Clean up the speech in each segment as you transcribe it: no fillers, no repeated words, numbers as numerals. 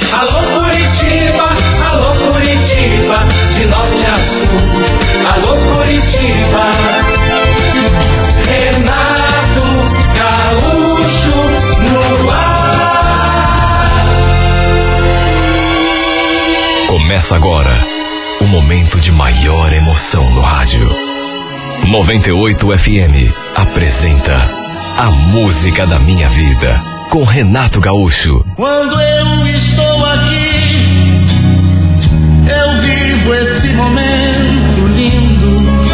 Alô Curitiba, alô Curitiba, de norte a sul. Alô Curitiba, Renato Gaúcho no ar. Começa agora o momento de maior emoção no rádio. 98 FM apresenta A Música da Minha Vida, com Renato Gaúcho. Quando eu estou aqui, eu vivo esse momento lindo.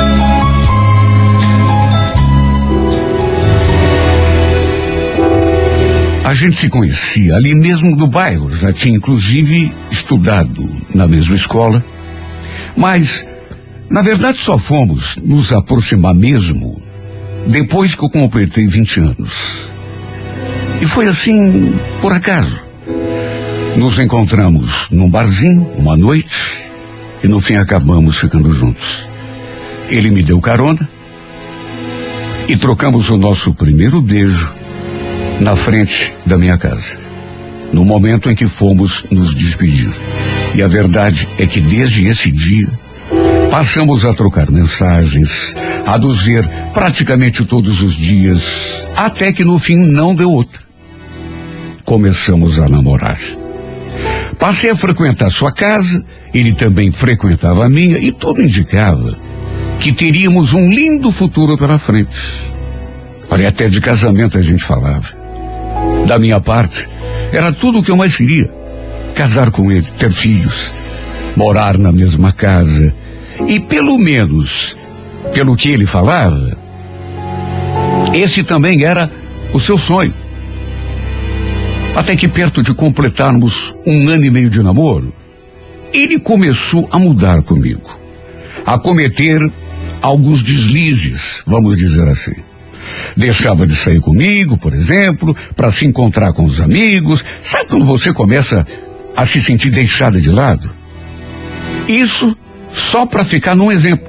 A gente se conhecia ali mesmo do bairro, já tinha inclusive estudado na mesma escola, mas na verdade só fomos nos aproximar mesmo depois que eu completei 20 anos. E foi assim, por acaso. Nos encontramos num barzinho, uma noite, e no fim acabamos ficando juntos. Ele me deu carona e trocamos o nosso primeiro beijo na frente da minha casa, no momento em que fomos nos despedir. E a verdade é que desde esse dia passamos a trocar mensagens, a nos ver praticamente todos os dias, até que no fim não deu outra. Começamos a namorar. Passei a frequentar sua casa, ele também frequentava a minha, e tudo indicava que teríamos um lindo futuro pela frente. Olha, até de casamento a gente falava. Da minha parte, era tudo o que eu mais queria. Casar com ele, ter filhos, morar na mesma casa. E pelo menos, pelo que ele falava, esse também era o seu sonho. Até que perto de completarmos 1 ano e meio de namoro, ele começou a mudar comigo, a cometer alguns deslizes, vamos dizer assim. Deixava de sair comigo, por exemplo, para se encontrar com os amigos. Sabe quando você começa a se sentir deixada de lado? Isso só para ficar num exemplo.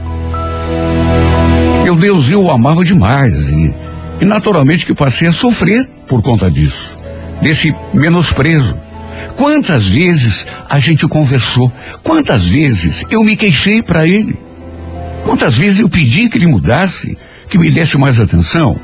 Meu Deus, eu o amava demais e naturalmente que passei a sofrer por conta disso, desse menosprezo. Quantas vezes a gente conversou, quantas vezes eu me queixei para ele, quantas vezes eu pedi que ele mudasse, que me desse mais atenção.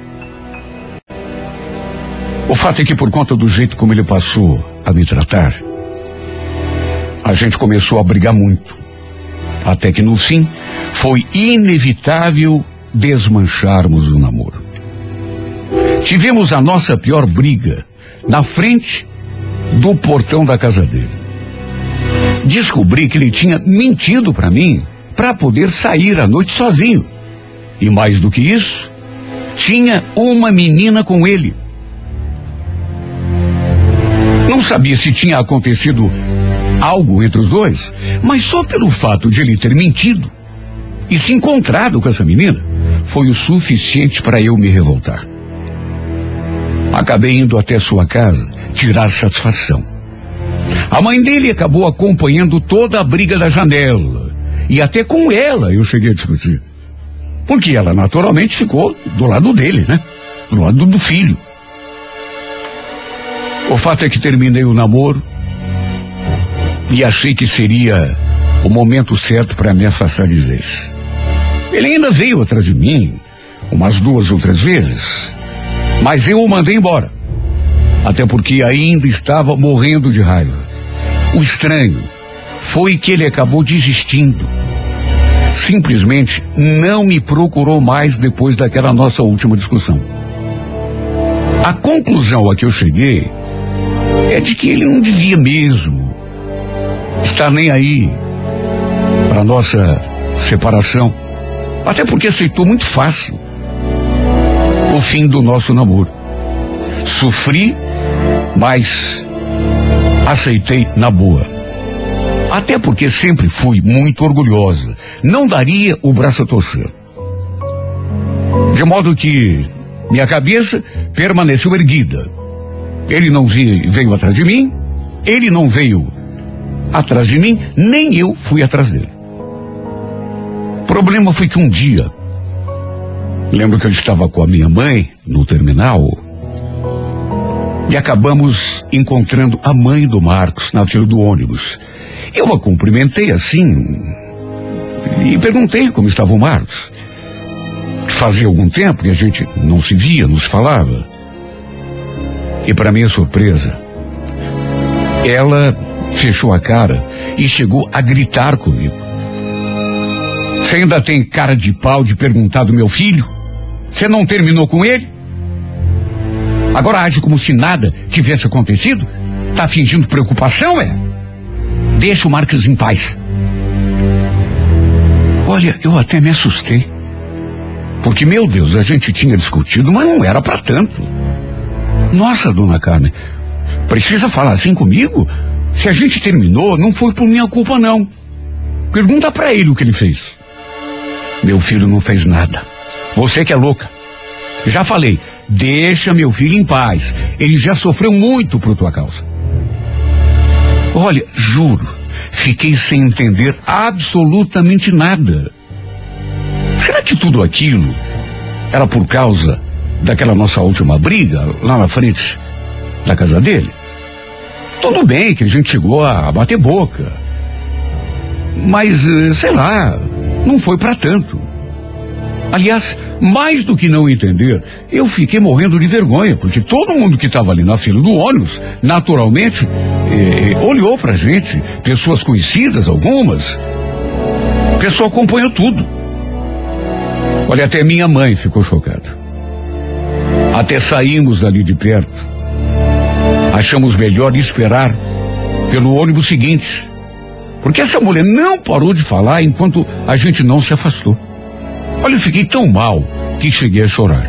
O fato é que por conta do jeito como ele passou a me tratar, a gente começou a brigar muito. Até que no fim, foi inevitável desmancharmos o namoro. Tivemos a nossa pior briga na frente do portão da casa dele. Descobri que ele tinha mentido para mim para poder sair à noite sozinho. E mais do que isso, tinha uma menina com ele. Não sabia se tinha acontecido algo entre os dois, mas só pelo fato de ele ter mentido e se encontrado com essa menina, foi o suficiente para eu me revoltar. Acabei indo até sua casa tirar satisfação. A mãe dele acabou acompanhando toda a briga da janela, e até com ela eu cheguei a discutir. Porque ela naturalmente ficou do lado dele, né? Do lado do filho. O fato é que terminei o namoro e achei que seria o momento certo para me afastar de vez. Ele ainda veio atrás de mim umas 2 ou 3 vezes, mas eu o mandei embora. Até porque ainda estava morrendo de raiva. O estranho foi que ele acabou desistindo. Simplesmente não me procurou mais depois daquela nossa última discussão. A conclusão a que eu cheguei é de que ele não devia mesmo estar nem aí para nossa separação. Até porque aceitou muito fácil o fim do nosso namoro. Sofri, mas aceitei na boa. Até porque sempre fui muito orgulhosa. Não daria o braço a torcer. De modo que minha cabeça permaneceu erguida. Ele não veio atrás de mim, ele não veio atrás de mim, nem eu fui atrás dele. O problema foi que um dia, lembro que eu estava com a minha mãe no terminal, E acabamos encontrando a mãe do Marcos na fila do ônibus. Eu a cumprimentei assim e perguntei como estava o Marcos. Fazia algum tempo que a gente não se via, não se falava. E para minha surpresa, ela fechou a cara e chegou a gritar comigo. Você ainda tem cara de pau de perguntar do meu filho? Você não terminou com ele? Agora age como se nada tivesse acontecido? Tá fingindo preocupação, é? Deixa o Marcos em paz. Olha, eu até me assustei. Porque, meu Deus, a gente tinha discutido, mas não era pra tanto. Nossa, dona Carmen, precisa falar assim comigo? Se a gente terminou, não foi por minha culpa, não. Pergunta pra ele o que ele fez. Meu filho não fez nada. Você que é louca. Já falei, deixa meu filho em paz. Ele já sofreu muito por tua causa. Olha, juro, fiquei sem entender absolutamente nada. Será que tudo aquilo era por causa daquela nossa última briga lá na frente da casa dele? Tudo bem que a gente chegou a bater boca. Mas, sei lá, não foi pra tanto. Aliás, mais do que não entender, eu fiquei morrendo de vergonha, porque todo mundo que estava ali na fila do ônibus, naturalmente, olhou pra gente, pessoas conhecidas, algumas. O pessoal acompanhou tudo. Olha, até minha mãe ficou chocada. Até saímos dali de perto. Achamos melhor esperar pelo ônibus seguinte, porque essa mulher não parou de falar enquanto a gente não se afastou. Olha, eu fiquei tão mal que cheguei a chorar.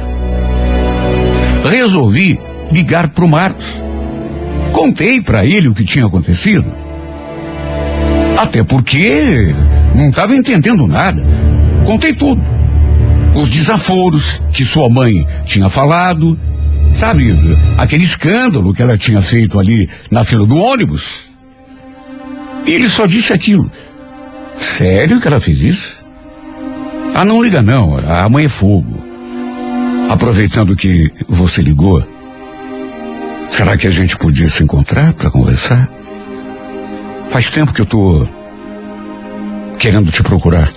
Resolvi ligar pro Marcos. Contei pra ele o que tinha acontecido. Até porque não estava entendendo nada. Contei tudo. Os desaforos que sua mãe tinha falado, sabe, aquele escândalo que ela tinha feito ali na fila do ônibus. E ele só disse aquilo. Sério que ela fez isso? Ah, não liga não, a mãe é fogo. Aproveitando que você ligou, será que a gente podia se encontrar para conversar? Faz tempo que eu tô querendo te procurar.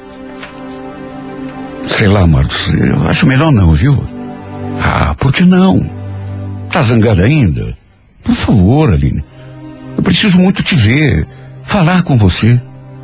Sei lá, Marcos, eu acho melhor não, viu? Ah, por que não? Tá zangada ainda? Por favor, Aline, eu preciso muito te ver, falar com você.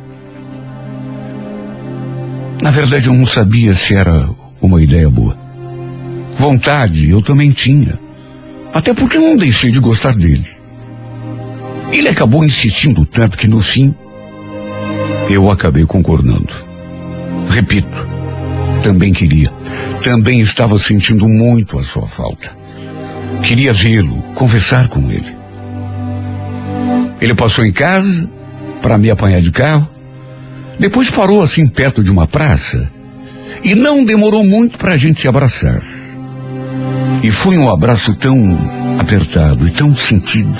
Na verdade, eu não sabia se era uma ideia boa. Vontade eu também tinha. Até porque eu não deixei de gostar dele. Ele acabou insistindo tanto que no fim, eu acabei concordando. Repito, também queria. Também estava sentindo muito a sua falta. Queria vê-lo, conversar com ele. Ele passou em casa para me apanhar de carro. Depois parou assim perto de uma praça e não demorou muito para a gente se abraçar. E foi um abraço tão apertado e tão sentido.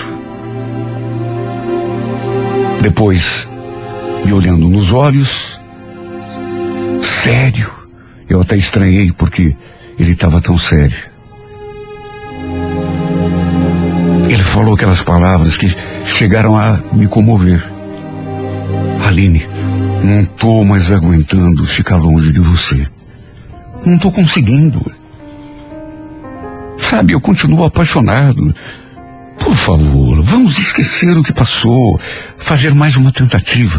Depois, me olhando nos olhos, sério, eu até estranhei porque ele estava tão sério. Ele falou aquelas palavras que chegaram a me comover. Aline, não tô mais aguentando ficar longe de você. Não tô conseguindo. Sabe, eu continuo apaixonado. Por favor, vamos esquecer o que passou. Fazer mais uma tentativa.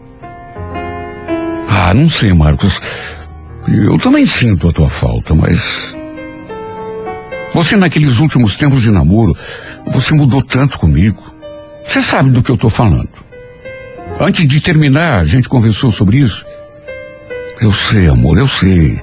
Ah, não sei, Marcos. Eu também sinto a tua falta, mas... Você naqueles últimos tempos de namoro, você mudou tanto comigo. Você sabe do que eu tô falando. Antes de terminar, a gente conversou sobre isso. Eu sei, amor, eu sei.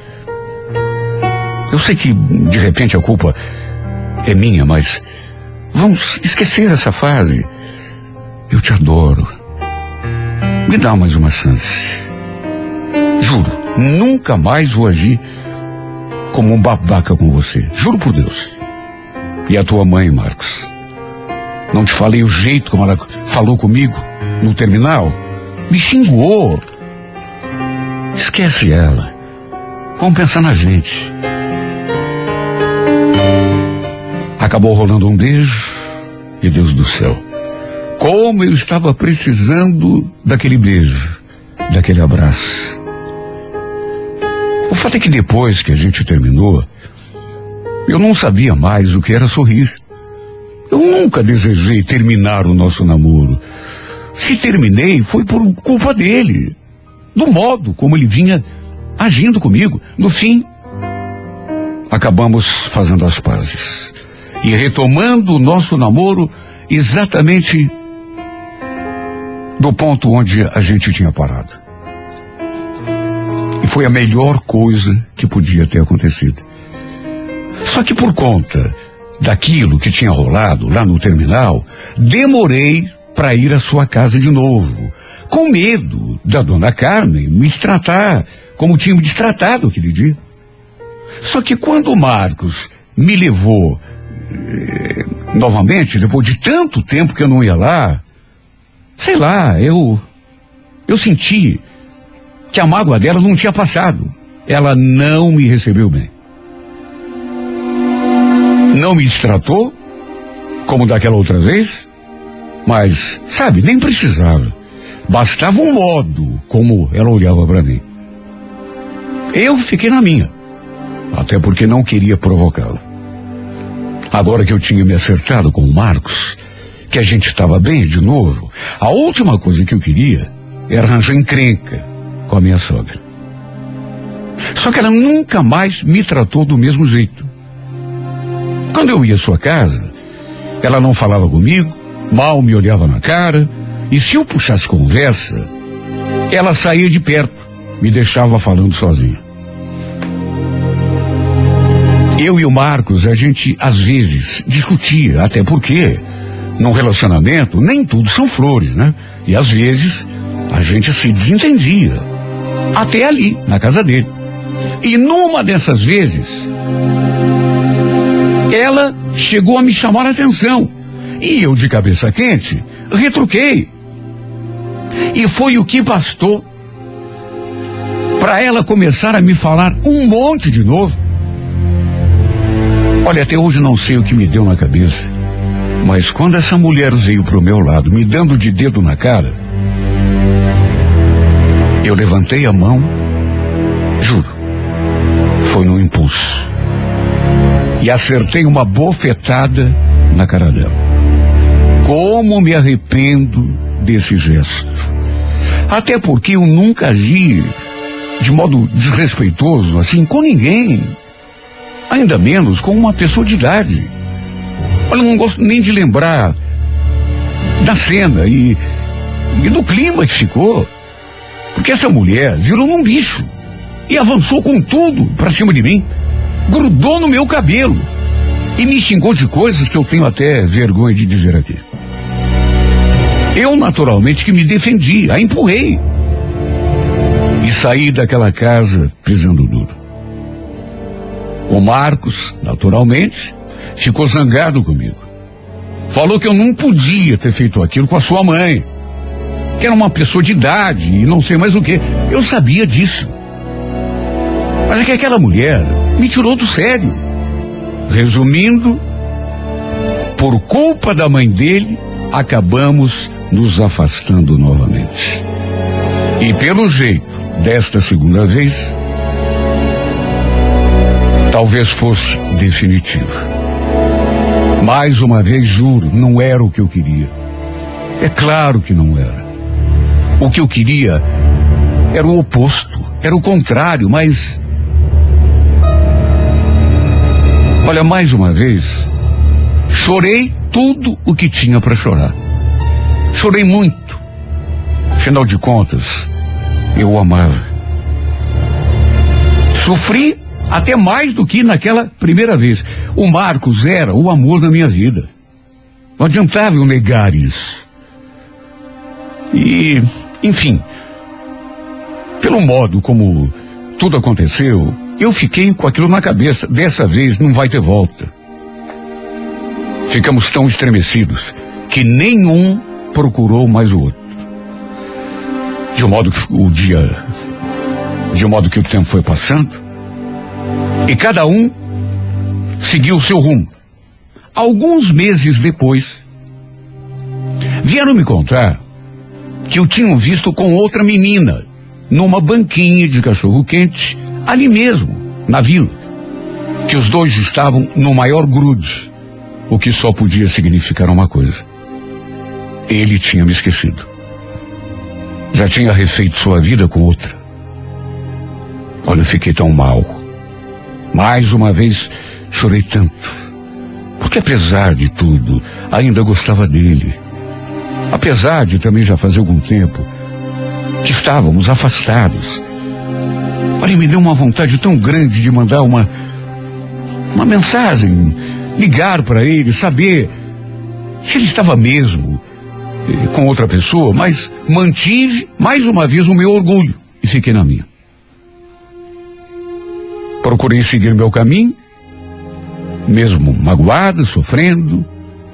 Eu sei que, de repente, a culpa é minha, mas vamos esquecer essa fase. Eu te adoro. Me dá mais uma chance. Juro, nunca mais vou agir como um babaca com você. Juro por Deus. E a tua mãe, Marcos? Não te falei o jeito como ela falou comigo no terminal? Me xingou. Esquece ela. Vamos pensar na gente. Acabou rolando um beijo e Deus do céu, como eu estava precisando daquele beijo, daquele abraço. O fato é que depois que a gente terminou, eu não sabia mais o que era sorrir. Eu nunca desejei terminar o nosso namoro. Se terminei, foi por culpa dele, do modo como ele vinha agindo comigo. No fim, acabamos fazendo as pazes e retomando o nosso namoro exatamente do ponto onde a gente tinha parado. E foi a melhor coisa que podia ter acontecido. Só que por conta daquilo que tinha rolado lá no terminal, demorei para ir à sua casa de novo, com medo da dona Carmen me tratar como tinha me destratado aquele dia. Só que quando o Marcos me levou novamente, depois de tanto tempo que eu não ia lá, sei lá, eu senti que a mágoa dela não tinha passado. Ela não me recebeu bem. Não me destratou, como daquela outra vez, mas, sabe, nem precisava. Bastava um modo como ela olhava para mim. Eu fiquei na minha, até porque não queria provocá-la. Agora que eu tinha me acertado com o Marcos, que a gente estava bem de novo, a última coisa que eu queria era arranjar encrenca com a minha sogra. Só que ela nunca mais me tratou do mesmo jeito. Quando eu ia à sua casa, ela não falava comigo, mal me olhava na cara, e se eu puxasse conversa, ela saía de perto, me deixava falando sozinha. Eu e o Marcos, a gente às vezes discutia, até porque num relacionamento nem tudo são flores, né? E às vezes a gente se desentendia, até ali, na casa dele. E numa dessas vezes, ela chegou a me chamar a atenção. E eu, de cabeça quente, retruquei. E foi o que bastou para ela começar a me falar um monte de novo. Olha, até hoje não sei o que me deu na cabeça, mas quando essa mulher veio pro meu lado, me dando de dedo na cara, eu levantei a mão, juro, foi no impulso, e acertei uma bofetada na cara dela. Como me arrependo desse gesto. Até porque eu nunca agi de modo desrespeitoso assim com ninguém. Ainda menos com uma pessoa de idade. Olha, eu não gosto nem de lembrar da cena e do clima que ficou. Porque essa mulher virou num bicho e avançou com tudo pra cima de mim. Grudou no meu cabelo e me xingou de coisas que eu tenho até vergonha de dizer aqui. Eu, naturalmente, que me defendi, a empurrei e saí daquela casa pisando duro. O Marcos, naturalmente, ficou zangado comigo. Falou que eu não podia ter feito aquilo com a sua mãe, que era uma pessoa de idade e não sei mais o que. Eu sabia disso. Mas é que aquela mulher me tirou do sério. Resumindo, por culpa da mãe dele, acabamos nos afastando novamente. E pelo jeito, desta segunda vez, talvez fosse definitiva. Mais uma vez, juro, não era o que eu queria. É claro que não era. O que eu queria era o oposto, era o contrário, mas... Olha, mais uma vez, chorei tudo o que tinha para chorar. Chorei muito. Afinal de contas, eu o amava. Sofri até mais do que naquela primeira vez. O Marcos era o amor da minha vida. Não adiantava eu negar isso. E, enfim, pelo modo como tudo aconteceu, eu fiquei com aquilo na cabeça. Dessa vez não vai ter volta. Ficamos tão estremecidos que nenhum procurou mais o outro. De modo que o tempo foi passando, e cada um seguiu o seu rumo. Alguns meses depois, vieram me contar que o tinham visto com outra menina, numa banquinha de cachorro-quente, ali mesmo, na vila. Que os dois estavam no maior grude, o que só podia significar uma coisa. Ele tinha me esquecido. Já tinha refeito sua vida com outra. Olha, eu fiquei tão mal. Mais uma vez, chorei tanto. Porque apesar de tudo, ainda gostava dele. Apesar de também já fazer algum tempo que estávamos afastados. Olha, me deu uma vontade tão grande de mandar uma mensagem, ligar para ele, saber se ele estava mesmo com outra pessoa, mas mantive mais uma vez o meu orgulho e fiquei na minha. Procurei seguir meu caminho, mesmo magoado, sofrendo,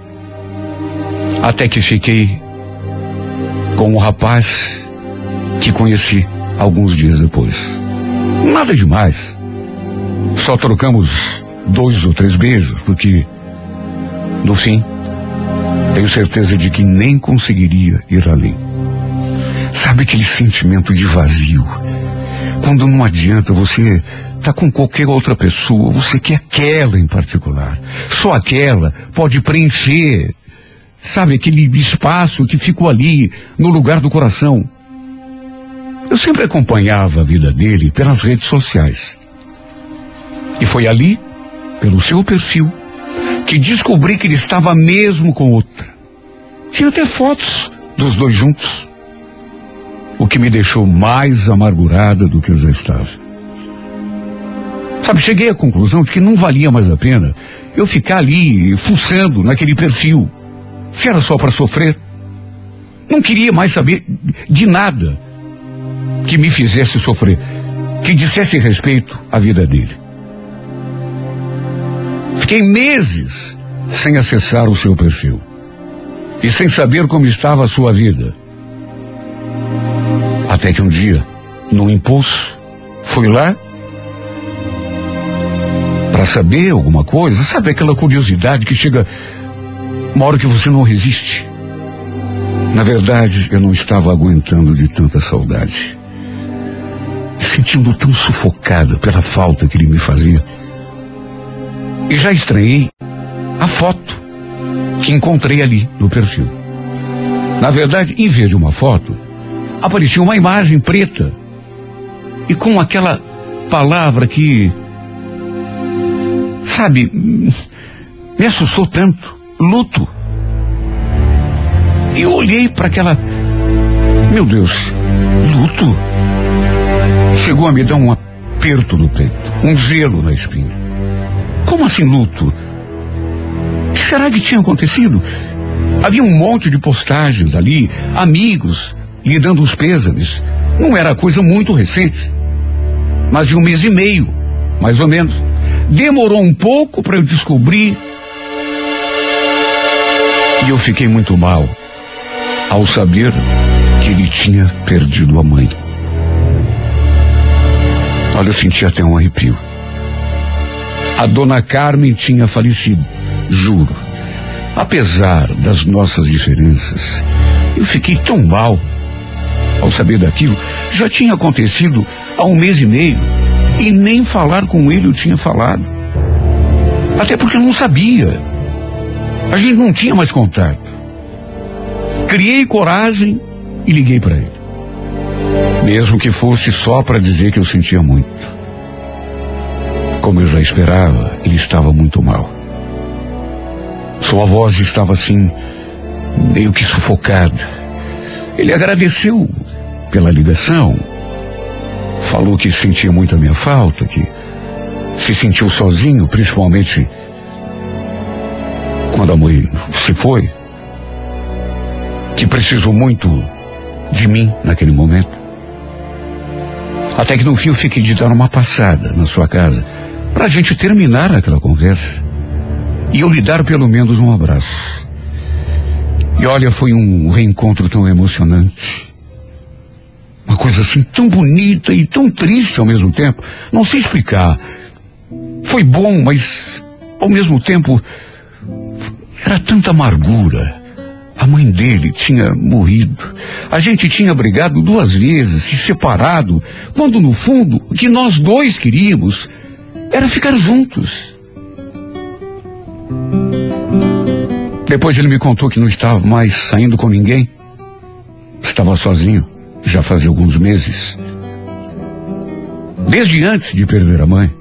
até que fiquei com um rapaz que conheci alguns dias depois. Nada demais. Só trocamos 2 ou 3 beijos, porque, no fim, tenho certeza de que nem conseguiria ir além. Sabe aquele sentimento de vazio? Quando não adianta você estar com qualquer outra pessoa, você quer aquela em particular. Só aquela pode preencher, sabe, aquele espaço que ficou ali, no lugar do coração. Eu sempre acompanhava a vida dele pelas redes sociais. E foi ali, pelo seu perfil, que descobri que ele estava mesmo com outra. Tinha até fotos dos dois juntos. O que me deixou mais amargurada do que eu já estava. Sabe, cheguei à conclusão de que não valia mais a pena eu ficar ali fuçando naquele perfil. Se era só para sofrer. Não queria mais saber de nada que me fizesse sofrer, que dissesse respeito à vida dele. Fiquei meses sem acessar o seu perfil e sem saber como estava a sua vida. Até que um dia, num impulso, fui lá para saber alguma coisa, sabe aquela curiosidade que chega uma hora que você não resiste. Na verdade, eu não estava aguentando de tanta saudade, me sentindo tão sufocada pela falta que ele me fazia. E já estranhei a foto que encontrei ali no perfil. Na verdade, em vez de uma foto, aparecia uma imagem preta e com aquela palavra que, sabe, me assustou tanto. Luto. E eu olhei para aquela... Meu Deus, luto? Chegou a me dar um aperto no peito, um gelo na espinha. Como assim luto? O que será que tinha acontecido? Havia um monte de postagens ali, amigos lhe dando os pêsames. Não era coisa muito recente, mas de 1 mês e meio, mais ou menos. Demorou um pouco para eu descobrir. E eu fiquei muito mal ao saber que ele tinha perdido a mãe. Olha, eu senti até um arrepio. A dona Carmen tinha falecido, juro. Apesar das nossas diferenças, eu fiquei tão mal ao saber daquilo. Já tinha acontecido há 1 mês e meio e nem falar com ele eu tinha falado. Até porque eu não sabia. A gente não tinha mais contato. Criei coragem e liguei para ele. Mesmo que fosse só para dizer que eu sentia muito. Como eu já esperava, ele estava muito mal. Sua voz estava assim, meio que sufocada. Ele agradeceu pela ligação. Falou que sentia muito a minha falta, que se sentiu sozinho, principalmente quando a mãe se foi, que precisou muito de mim naquele momento. Até que no fim eu fiquei de dar uma passada na sua casa para a gente terminar aquela conversa e eu lhe dar pelo menos um abraço. E olha, foi um reencontro tão emocionante, uma coisa assim tão bonita e tão triste ao mesmo tempo. Não sei explicar. Foi bom, mas ao mesmo tempo Era tanta amargura. A mãe dele tinha morrido. A gente tinha brigado 2 vezes, se separado, quando no fundo o que nós dois queríamos era ficar juntos. Depois ele me contou que não estava mais saindo com ninguém. Estava sozinho, já fazia alguns meses. Desde antes de perder a mãe.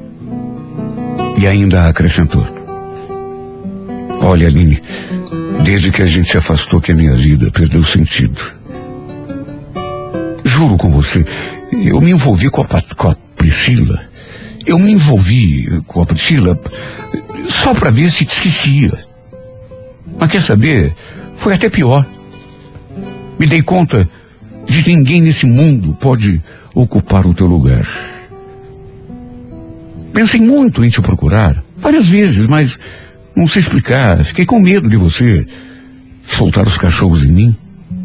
E ainda acrescentou: olha, Aline, desde que a gente se afastou que a minha vida perdeu sentido. Juro com você, eu me envolvi com a Priscila. Eu me envolvi com a Priscila só para ver se te esquecia. Mas quer saber? Foi até pior. Me dei conta de que ninguém nesse mundo pode ocupar o teu lugar. Pensei muito em te procurar, várias vezes, mas não sei explicar. Fiquei com medo de você soltar os cachorros em mim.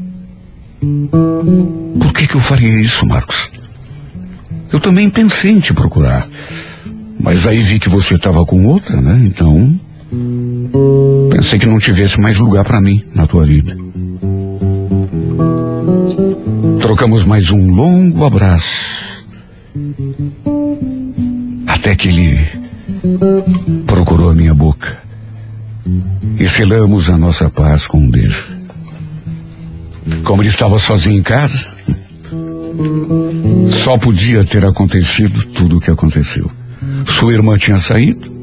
Por que eu faria isso, Marcos? Eu também pensei em te procurar, mas aí vi que você estava com outra, né? Então, pensei que não tivesse mais lugar para mim na tua vida. Trocamos mais um longo abraço, até que ele procurou a minha boca e selamos a nossa paz com um beijo. Como ele estava sozinho em casa, só podia ter acontecido tudo o que aconteceu. Sua irmã tinha saído.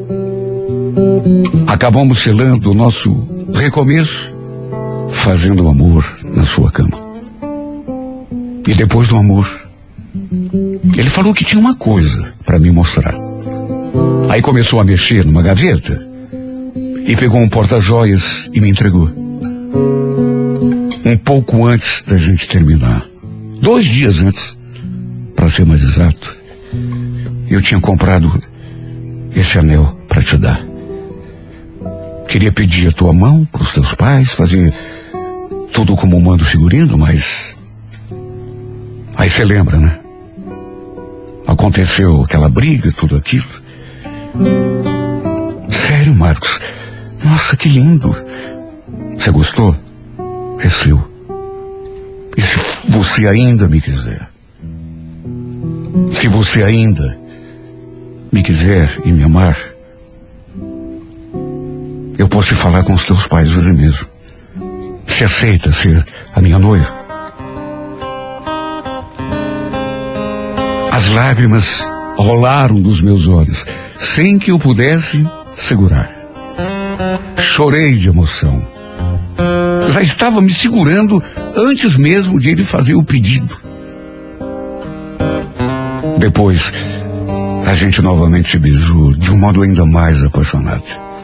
Acabamos selando o nosso recomeço, fazendo amor na sua cama. E depois do amor, ele falou que tinha uma coisa para me mostrar. Aí começou a mexer numa gaveta e pegou um porta-joias e me entregou. Um pouco antes da gente terminar, 2 dias antes, para ser mais exato, eu tinha comprado esse anel para te dar. Queria pedir a tua mão para os teus pais, fazer tudo como manda o figurino, mas aí você lembra, né? Aconteceu aquela briga, tudo aquilo. Sério, Marcos? Nossa, que lindo. Você gostou? É seu. E se você ainda me quiser? Se você ainda me quiser e me amar, eu posso falar com os teus pais hoje mesmo. Você aceita ser a minha noiva? As lágrimas rolaram dos meus olhos, sem que eu pudesse segurar. Chorei de emoção. Já estava me segurando antes mesmo de ele fazer o pedido. Depois, a gente novamente se beijou de um modo ainda mais apaixonado.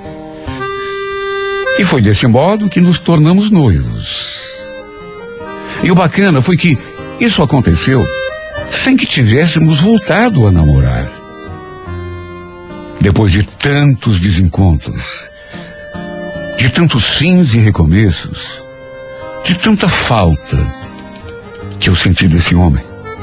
E foi desse modo que nos tornamos noivos. E o bacana foi que isso aconteceu sem que tivéssemos voltado a namorar. Depois de tantos desencontros, de tantos fins e recomeços, de tanta falta que eu senti desse homem.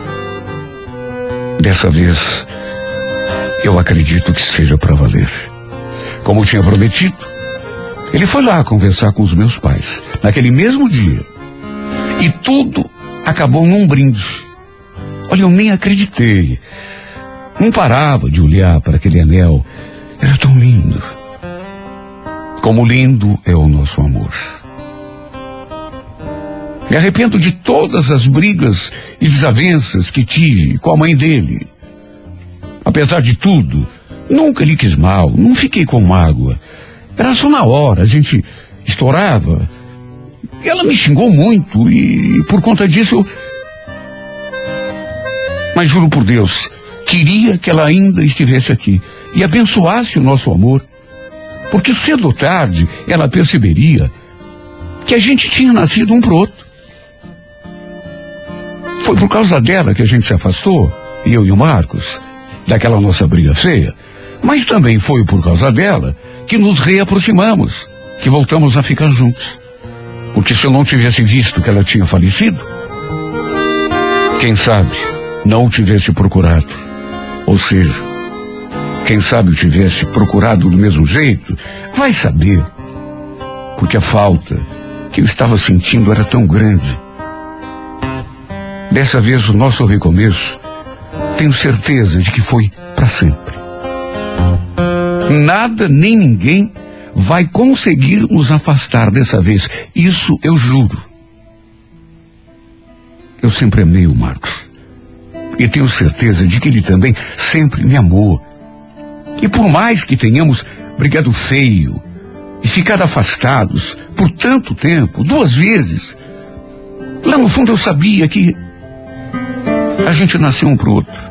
Dessa vez, eu acredito que seja para valer. Como tinha prometido, ele foi lá conversar com os meus pais, naquele mesmo dia. E tudo acabou num brinde. Olha, eu nem acreditei. Não parava de olhar para aquele anel. Era tão lindo. Como lindo é o nosso amor. Me arrependo de todas as brigas e desavenças que tive com a mãe dele. Apesar de tudo, nunca lhe quis mal, não fiquei com mágoa. Era só na hora, a gente estourava. E ela me xingou muito e por conta disso eu... Mas juro por Deus, queria que ela ainda estivesse aqui e abençoasse o nosso amor. Porque cedo ou tarde ela perceberia que a gente tinha nascido um pro outro. Foi por causa dela que a gente se afastou, eu e o Marcos, daquela nossa briga feia. Mas também foi por causa dela que nos reaproximamos, que voltamos a ficar juntos. Porque se eu não tivesse visto que ela tinha falecido, quem sabe não o tivesse procurado. Ou seja, quem sabe o tivesse procurado do mesmo jeito, vai saber. porque a falta que eu estava sentindo era tão grande. Dessa vez, o nosso recomeço, tenho certeza de que foi para sempre. Nada nem ninguém vai conseguir nos afastar dessa vez. Isso eu juro. Eu sempre amei o Marcos. E tenho certeza de que ele também sempre me amou. E por mais que tenhamos brigado feio e ficado afastados por tanto tempo, 2 vezes, lá no fundo eu sabia que a gente nasceu um pro outro.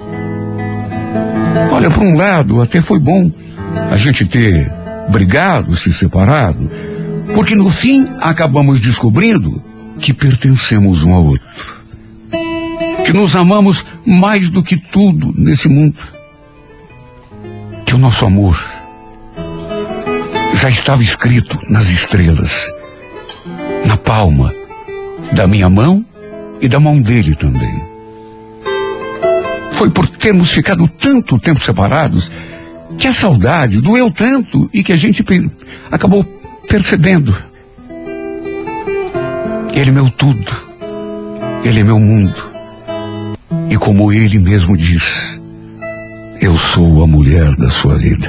Olha, por um lado, até foi bom a gente ter brigado, se separado, porque no fim acabamos descobrindo que pertencemos um ao outro. Que nos amamos mais do que tudo nesse mundo. Que o nosso amor já estava escrito nas estrelas, na palma da minha mão e da mão dele também. Foi por termos ficado tanto tempo separados que a saudade doeu tanto e que a gente acabou percebendo. Ele é meu tudo. Ele é meu mundo. E como ele mesmo diz, eu sou a mulher da sua vida.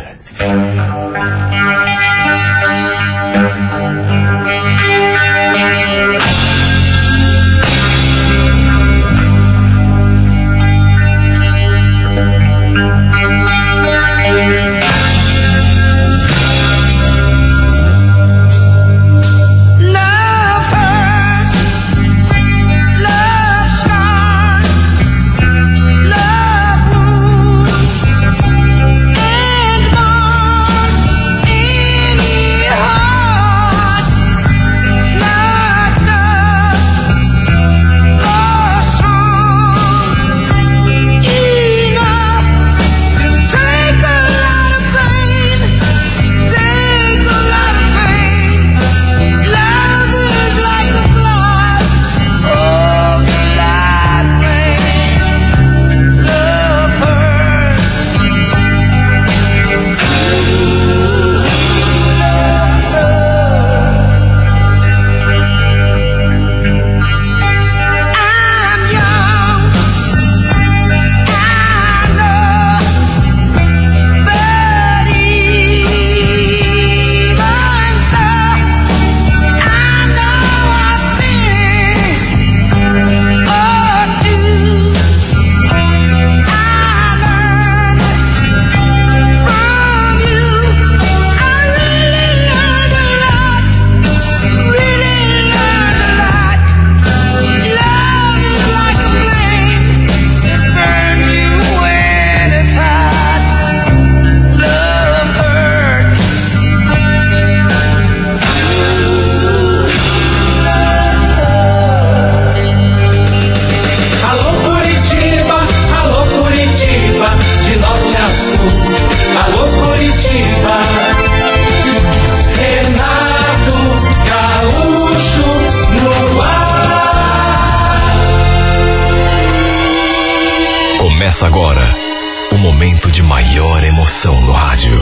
Começa agora o momento de maior emoção no rádio.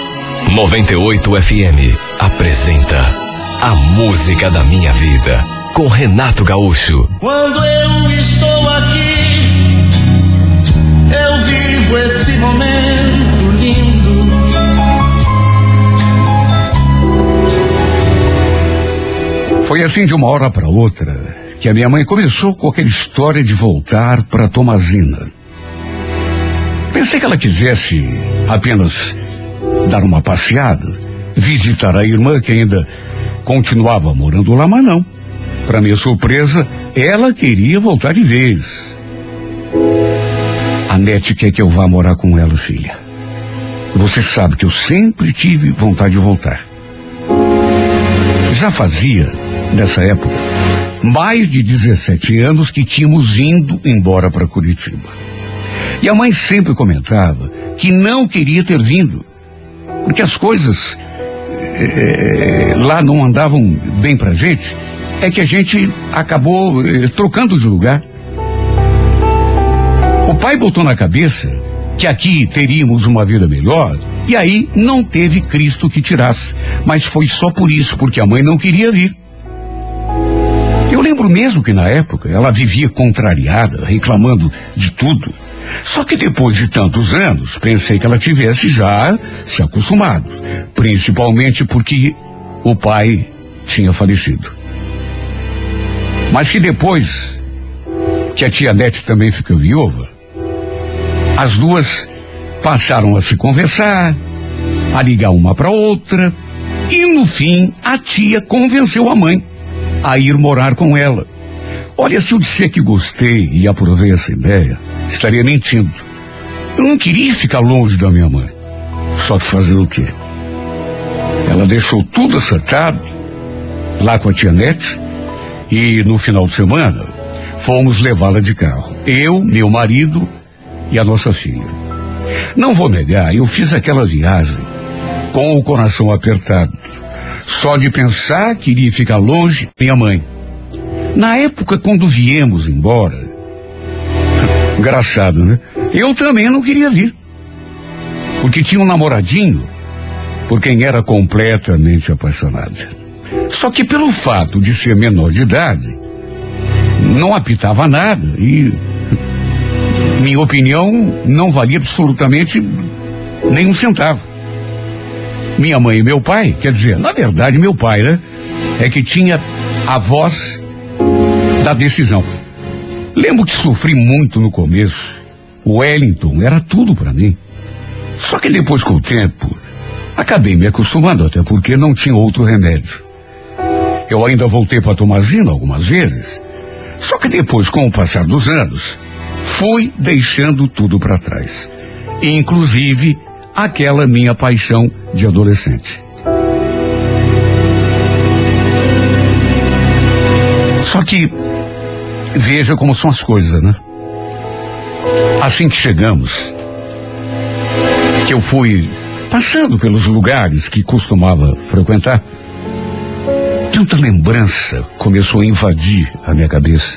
98 FM apresenta A Música da Minha Vida, com Renato Gaúcho. Quando eu estou aqui, eu vivo esse momento lindo. Foi assim de uma hora para outra que a minha mãe começou com aquela história de voltar para Tomazina. Pensei que ela quisesse apenas dar uma passeada, visitar a irmã que ainda continuava morando lá, mas não. Para minha surpresa, ela queria voltar de vez. A Nete quer que eu vá morar com ela, filha. Você sabe que eu sempre tive vontade de voltar. Já fazia, nessa época, mais de 17 anos que tínhamos indo embora para Curitiba. E a mãe sempre comentava que não queria ter vindo, porque as coisas lá não andavam bem pra gente, é que a gente acabou trocando de lugar. O pai botou na cabeça que aqui teríamos uma vida melhor E aí não teve Cristo que tirasse. Mas foi só por isso, porque a mãe não queria vir. Eu lembro mesmo que na época ela vivia contrariada, reclamando de tudo. Só que depois de tantos anos, pensei que ela tivesse já se acostumado. Principalmente porque o pai tinha falecido. Mas que depois que a tia Nete também ficou viúva, as duas passaram a se conversar, a ligar uma para outra, e no fim a tia convenceu a mãe a ir morar com ela. Olha, se eu disser que gostei e aprovei essa ideia, estaria mentindo. Eu não queria ficar longe da minha mãe. Só que fazer o quê? Ela deixou tudo acertado lá com a tia Nete, e no final de semana fomos levá-la de carro. Eu, meu marido e a nossa filha. Não vou negar, eu fiz aquela viagem com o coração apertado. Só de pensar que iria ficar longe da minha mãe. Na época, quando viemos embora, engraçado, né? Eu também não queria vir. Porque tinha um namoradinho por quem era completamente apaixonada. Só que pelo fato de ser menor de idade, não apitava nada e minha opinião não valia absolutamente nenhum centavo. Minha mãe e meu pai, quer dizer, na verdade meu pai, né, é que tinha a voz da decisão. Lembro que sofri muito no começo. O Wellington era tudo para mim. Só que depois, com o tempo, acabei me acostumando, até porque não tinha outro remédio. Eu ainda voltei para Tomazina algumas vezes. Só que depois, com o passar dos anos, fui deixando tudo para trás. Inclusive aquela minha paixão de adolescente. Só que veja como são as coisas, né? Assim que chegamos, que eu fui passando pelos lugares que costumava frequentar, tanta lembrança começou a invadir a minha cabeça.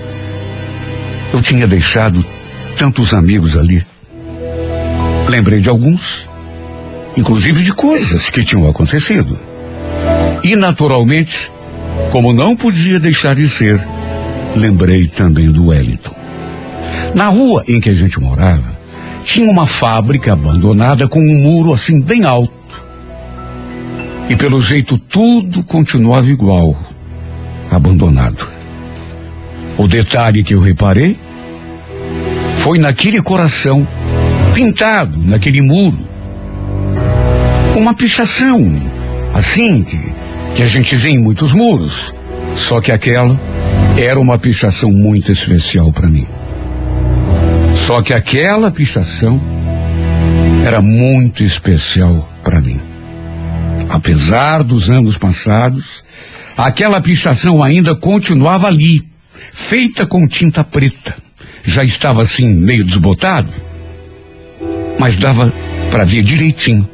Eu tinha deixado tantos amigos ali. Lembrei de alguns, inclusive de coisas que tinham acontecido. E, naturalmente, como não podia deixar de ser, lembrei também do Wellington. Na rua em que a gente morava, tinha uma fábrica abandonada com um muro assim bem alto. E pelo jeito tudo continuava igual, abandonado. O detalhe que eu reparei foi naquele coração pintado naquele muro. Uma pichação, assim, que a gente vê em muitos muros. Só que aquela era uma pichação muito especial para mim. Só que aquela pichação era muito especial para mim. Apesar dos anos passados, aquela pichação ainda continuava ali, feita com tinta preta. Já estava assim meio desbotado, mas dava para ver direitinho.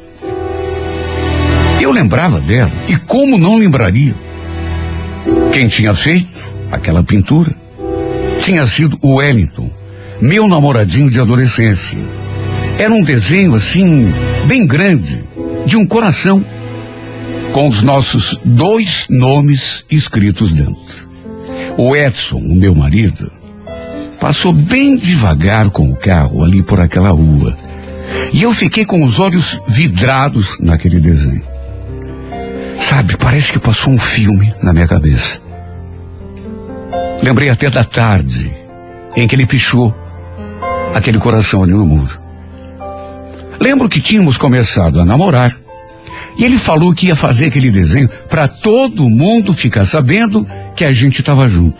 Eu lembrava dela, e como não lembraria? Quem tinha feito aquela pintura tinha sido o Wellington, meu namoradinho de adolescência. Era um desenho assim, bem grande, de um coração, com os nossos 2 nomes escritos dentro. O Edson, o meu marido, passou bem devagar com o carro ali por aquela rua. E eu fiquei com os olhos vidrados naquele desenho. Sabe, parece que passou um filme na minha cabeça. Lembrei até da tarde em que ele pichou aquele coração ali no muro. Lembro que tínhamos começado a namorar. E ele falou que ia fazer aquele desenho para todo mundo ficar sabendo que a gente estava junto.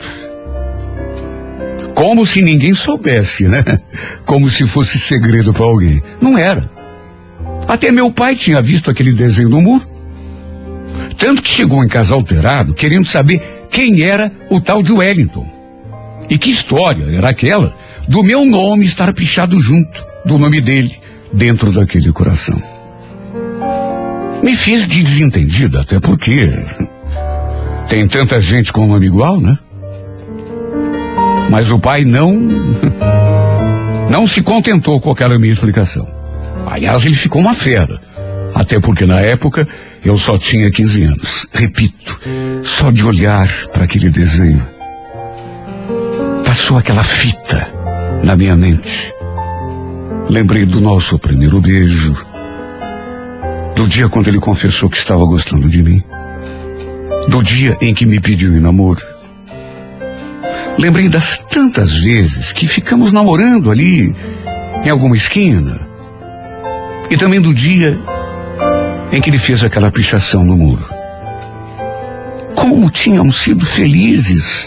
Como se ninguém soubesse, né? Como se fosse segredo para alguém. Não era. Até meu pai tinha visto aquele desenho no muro. Tanto que chegou em casa alterado, querendo saber quem era o tal de Wellington. E que história era aquela do meu nome estar pichado junto do nome dele dentro daquele coração. Me fiz de desentendido, até porque tem tanta gente com nome igual, né? Mas o pai não se contentou com aquela minha explicação. Aliás, ele ficou uma fera. Até porque na época eu só tinha 15 anos. Repito, só de olhar para aquele desenho, passou aquela fita na minha mente. Lembrei do nosso primeiro beijo, do dia quando ele confessou que estava gostando de mim, do dia em que me pediu em namoro. Lembrei das tantas vezes que ficamos namorando ali em alguma esquina, e também do dia em que ele fez aquela pichação no muro. Como tínhamos sido felizes,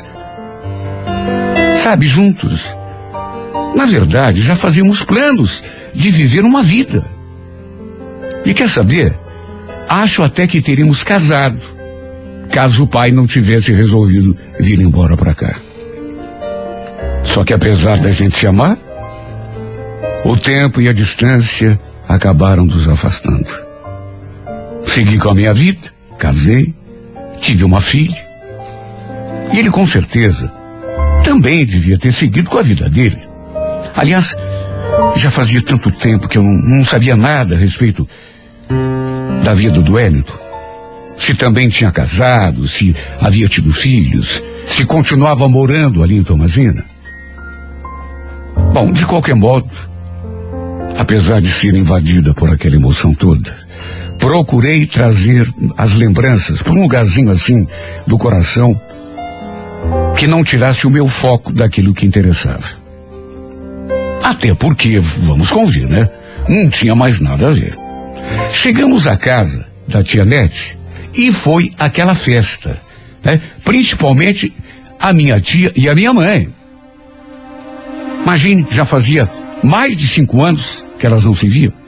sabe, juntos. Na verdade, já fazíamos planos de viver uma vida. E quer saber? Acho até que teríamos casado, caso o pai não tivesse resolvido vir embora para cá. Só que apesar da gente se amar, o tempo e a distância acabaram nos afastando. Segui com a minha vida, casei, tive uma filha. E ele com certeza também devia ter seguido com a vida dele. Aliás, já fazia tanto tempo que eu não sabia nada a respeito da vida do Wellington. Se também tinha casado, se havia tido filhos, se continuava morando ali em Tomazina. Bom, de qualquer modo, apesar de ser invadida por aquela emoção toda, procurei trazer as lembranças para um lugarzinho assim do coração que não tirasse o meu foco daquilo que interessava. Até porque, vamos convir, né? Não tinha mais nada a ver. Chegamos à casa da tia Nete e foi aquela festa, né? Principalmente a minha tia e a minha mãe. Imagine, já fazia mais de 5 anos que elas não se viam.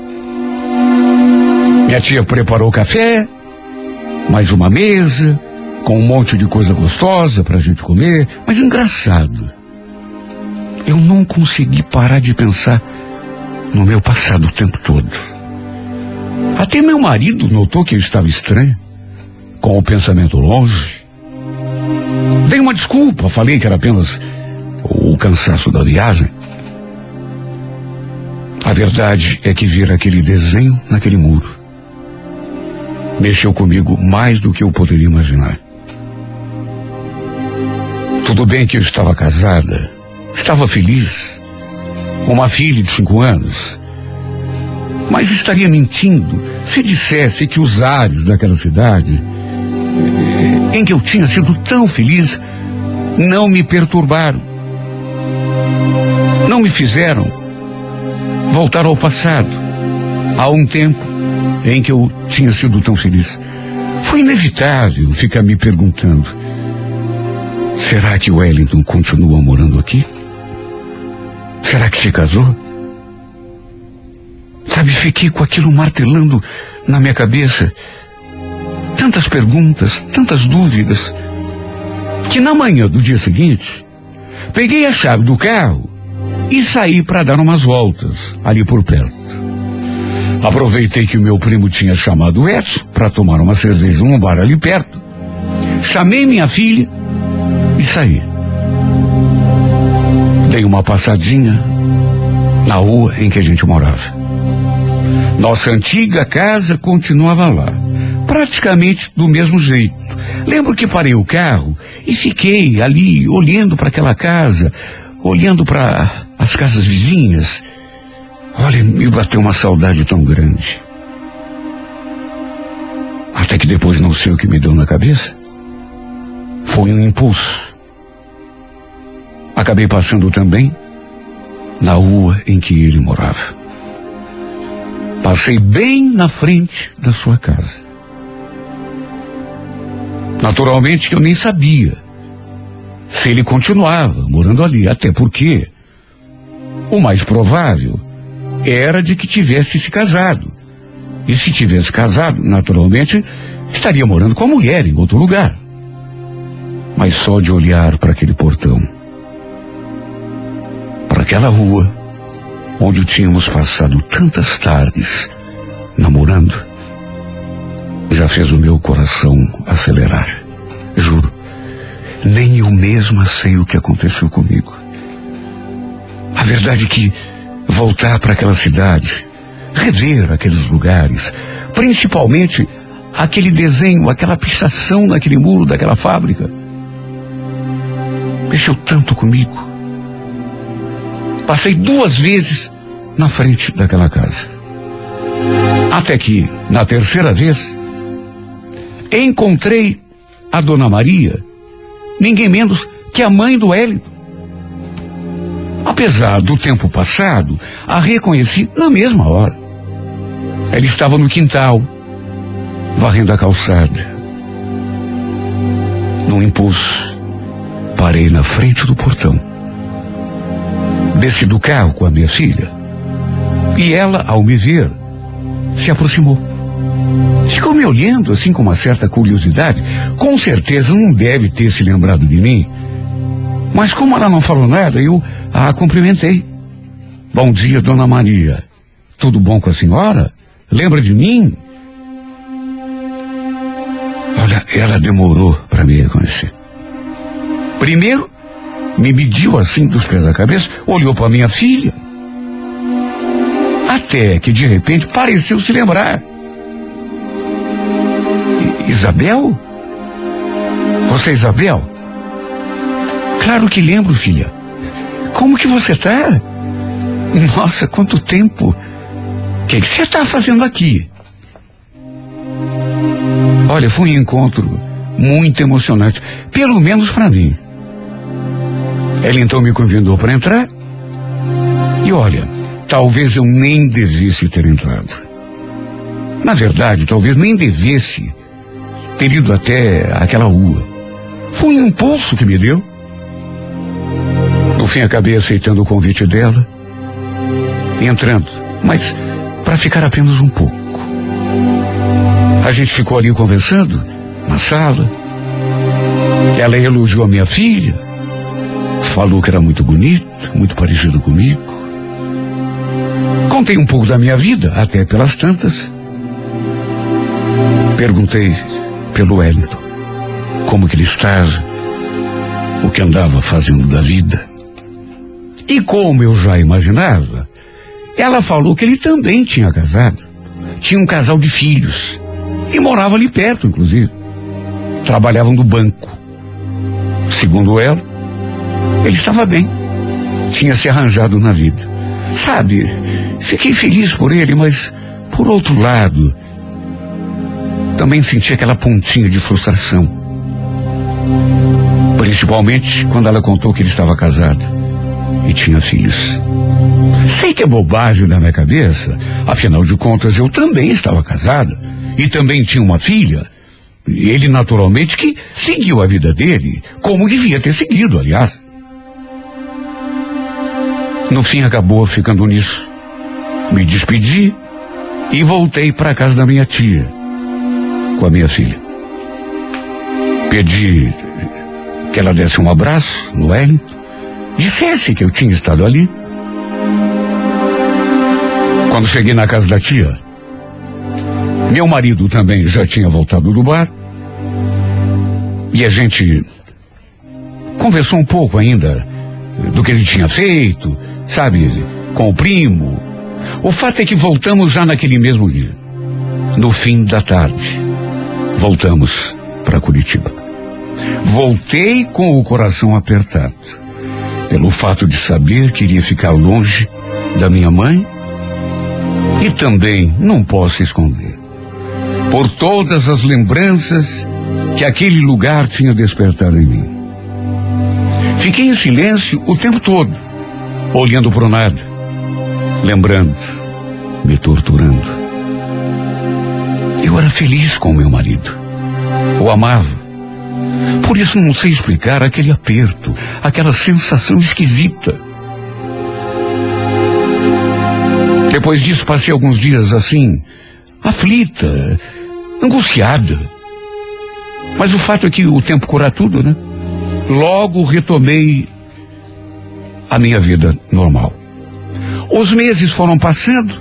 Minha tia preparou café, mais uma mesa, com um monte de coisa gostosa pra gente comer, mas engraçado. Eu não consegui parar de pensar no meu passado o tempo todo. Até meu marido notou que eu estava estranho, com o pensamento longe. Dei uma desculpa, falei que era apenas o cansaço da viagem. A verdade é que ver aquele desenho naquele muro mexeu comigo mais do que eu poderia imaginar. Tudo bem que eu estava casada, estava feliz, com uma filha de 5 anos, mas estaria mentindo se dissesse que os ares daquela cidade, em que eu tinha sido tão feliz, não me perturbaram, não me fizeram voltar ao passado, a um tempo em que eu tinha sido tão feliz. Foi inevitável ficar me perguntando: será que o Wellington continua morando aqui? Será que se casou? Sabe, fiquei com aquilo martelando na minha cabeça. Tantas perguntas, tantas dúvidas, que na manhã do dia seguinte, peguei a chave do carro e saí para dar umas voltas ali por perto. Aproveitei que o meu primo tinha chamado o Edson para tomar uma cerveja num bar ali perto. Chamei minha filha e saí. Dei uma passadinha na rua em que a gente morava. Nossa antiga casa continuava lá, praticamente do mesmo jeito. Lembro que parei o carro e fiquei ali olhando para aquela casa, olhando para as casas vizinhas. Olha, me bateu uma saudade tão grande. Até que depois não sei o que me deu na cabeça. Foi um impulso. Acabei passando também na rua em que ele morava. Passei bem na frente da sua casa. Naturalmente que eu nem sabia se ele continuava morando ali, até porque o mais provável era de que tivesse se casado. E se tivesse casado, naturalmente, estaria morando com a mulher em outro lugar. Mas só de olhar para aquele portão, para aquela rua, onde tínhamos passado tantas tardes namorando, já fez o meu coração acelerar. Juro, nem eu mesma sei o que aconteceu comigo. A verdade é que voltar para aquela cidade rever aqueles lugares, principalmente aquele desenho, aquela pichação naquele muro daquela fábrica. Mexeu tanto comigo. Passei 2 vezes na frente daquela casa. Até que, na terceira vez, encontrei a Dona Maria, ninguém menos que a mãe do Wellington. Apesar do tempo passado, a reconheci na mesma hora. Ela estava no quintal, varrendo a calçada. Num impulso, parei na frente do portão. Desci do carro com a minha filha. E ela, ao me ver, se aproximou. Ficou me olhando assim com uma certa curiosidade. Com certeza não deve ter se lembrado de mim. Mas como ela não falou nada, eu a cumprimentei. Bom dia, Dona Maria. Tudo bom com a senhora? Lembra de mim? Olha, ela demorou para me reconhecer. Primeiro, me mediu assim dos pés à cabeça, olhou para minha filha. Até que, de repente, pareceu se lembrar. Isabel? Você é Isabel? Claro que lembro, filha. Como que você tá? Nossa, quanto tempo. O que você tá fazendo aqui? Olha, foi um encontro muito emocionante, pelo menos para mim. Ela então me convidou para entrar. E olha, talvez eu nem devesse ter entrado. Na verdade, talvez nem devesse ter ido até aquela rua. Foi um impulso que me deu. No fim, acabei aceitando o convite dela, entrando, mas para ficar apenas um pouco. A gente ficou ali conversando, na sala. Ela elogiou a minha filha, falou que era muito bonita, muito parecida comigo. Contei um pouco da minha vida, até pelas tantas. Perguntei pelo Wellington, como que ele estava, o que andava fazendo da vida. E como eu já imaginava, ela falou que ele também tinha casado. Tinha um casal de filhos. E morava ali perto, inclusive. Trabalhavam no banco. Segundo ela, ele estava bem. Tinha se arranjado na vida. Sabe, fiquei feliz por ele, mas, por outro lado, também senti aquela pontinha de frustração. Principalmente quando ela contou que ele estava casado e tinha filhos. Sei que é bobagem na minha cabeça, afinal de contas eu também estava casada e também tinha uma filha. Ele naturalmente que seguiu a vida dele, como devia ter seguido, aliás. No fim acabou ficando nisso. Me despedi e voltei para a casa da minha tia, com a minha filha. Pedi que ela desse um abraço no Wellington, dissesse que eu tinha estado ali. Quando cheguei na casa da tia, meu marido também já tinha voltado do bar. E a gente conversou um pouco ainda do que ele tinha feito, sabe, com o primo. O fato é que voltamos já naquele mesmo dia. No fim da tarde, voltamos para Curitiba. Voltei com o coração apertado, pelo fato de saber que iria ficar longe da minha mãe. E também, não posso esconder, por todas as lembranças que aquele lugar tinha despertado em mim. Fiquei em silêncio o tempo todo, olhando para o nada, lembrando, me torturando. Eu era feliz com o meu marido, o amava. Por isso não sei explicar aquele aperto, aquela sensação esquisita. Depois disso passei alguns dias assim, aflita, angustiada. Mas o fato é que o tempo cura tudo, né? Logo retomei a minha vida normal. Os meses foram passando,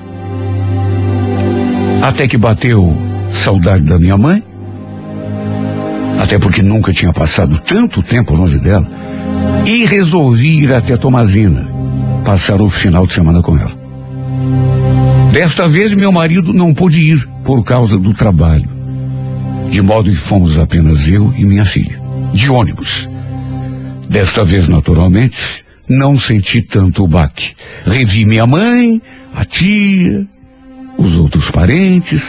até que bateu saudade da minha mãe, até porque nunca tinha passado tanto tempo longe dela, e resolvi ir até Tomazina, passar o final de semana com ela. Desta vez meu marido não pôde ir por causa do trabalho, de modo que fomos apenas eu e minha filha, de ônibus. Desta vez, naturalmente, não senti tanto o baque. Revi minha mãe, a tia, os outros parentes.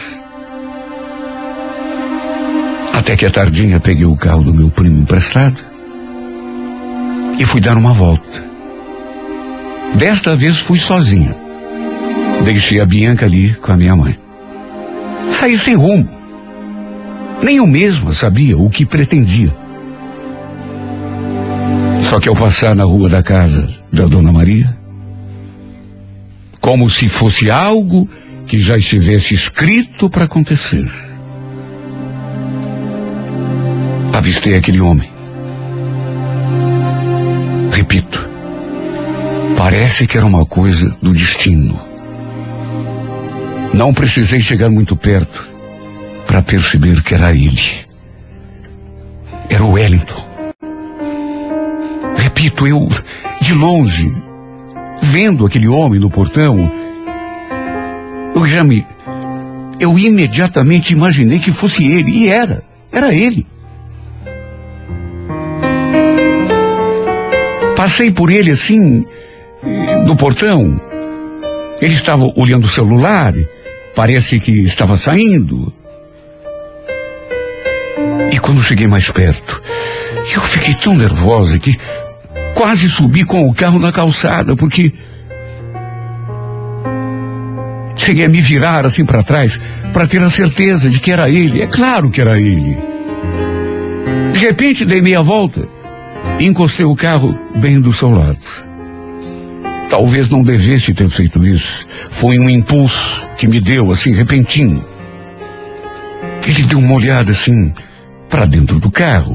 Até que à tardinha peguei o carro do meu primo emprestado e fui dar uma volta. Desta vez fui sozinha. Deixei a Bianca ali com a minha mãe. Saí sem rumo. Nem eu mesma sabia o que pretendia. Só que ao passar na rua da casa da Dona Maria, como se fosse algo que já estivesse escrito para acontecer, avistei aquele homem. Repito, parece que era uma coisa do destino. Não precisei chegar muito perto para perceber que era ele. Era o Wellington. Repito, eu, de longe, vendo aquele homem no portão, eu imediatamente imaginei que fosse ele, e era ele. Passei por ele assim, no portão. Ele estava olhando o celular, parece que estava saindo. E quando cheguei mais perto, eu fiquei tão nervosa que quase subi com o carro na calçada, porque cheguei a me virar assim para trás para ter a certeza de que era ele. É claro que era ele. De repente dei meia volta e encostei o carro bem do seu lado. Talvez não devesse ter feito isso. Foi um impulso que me deu assim repentino. Ele deu uma olhada assim para dentro do carro.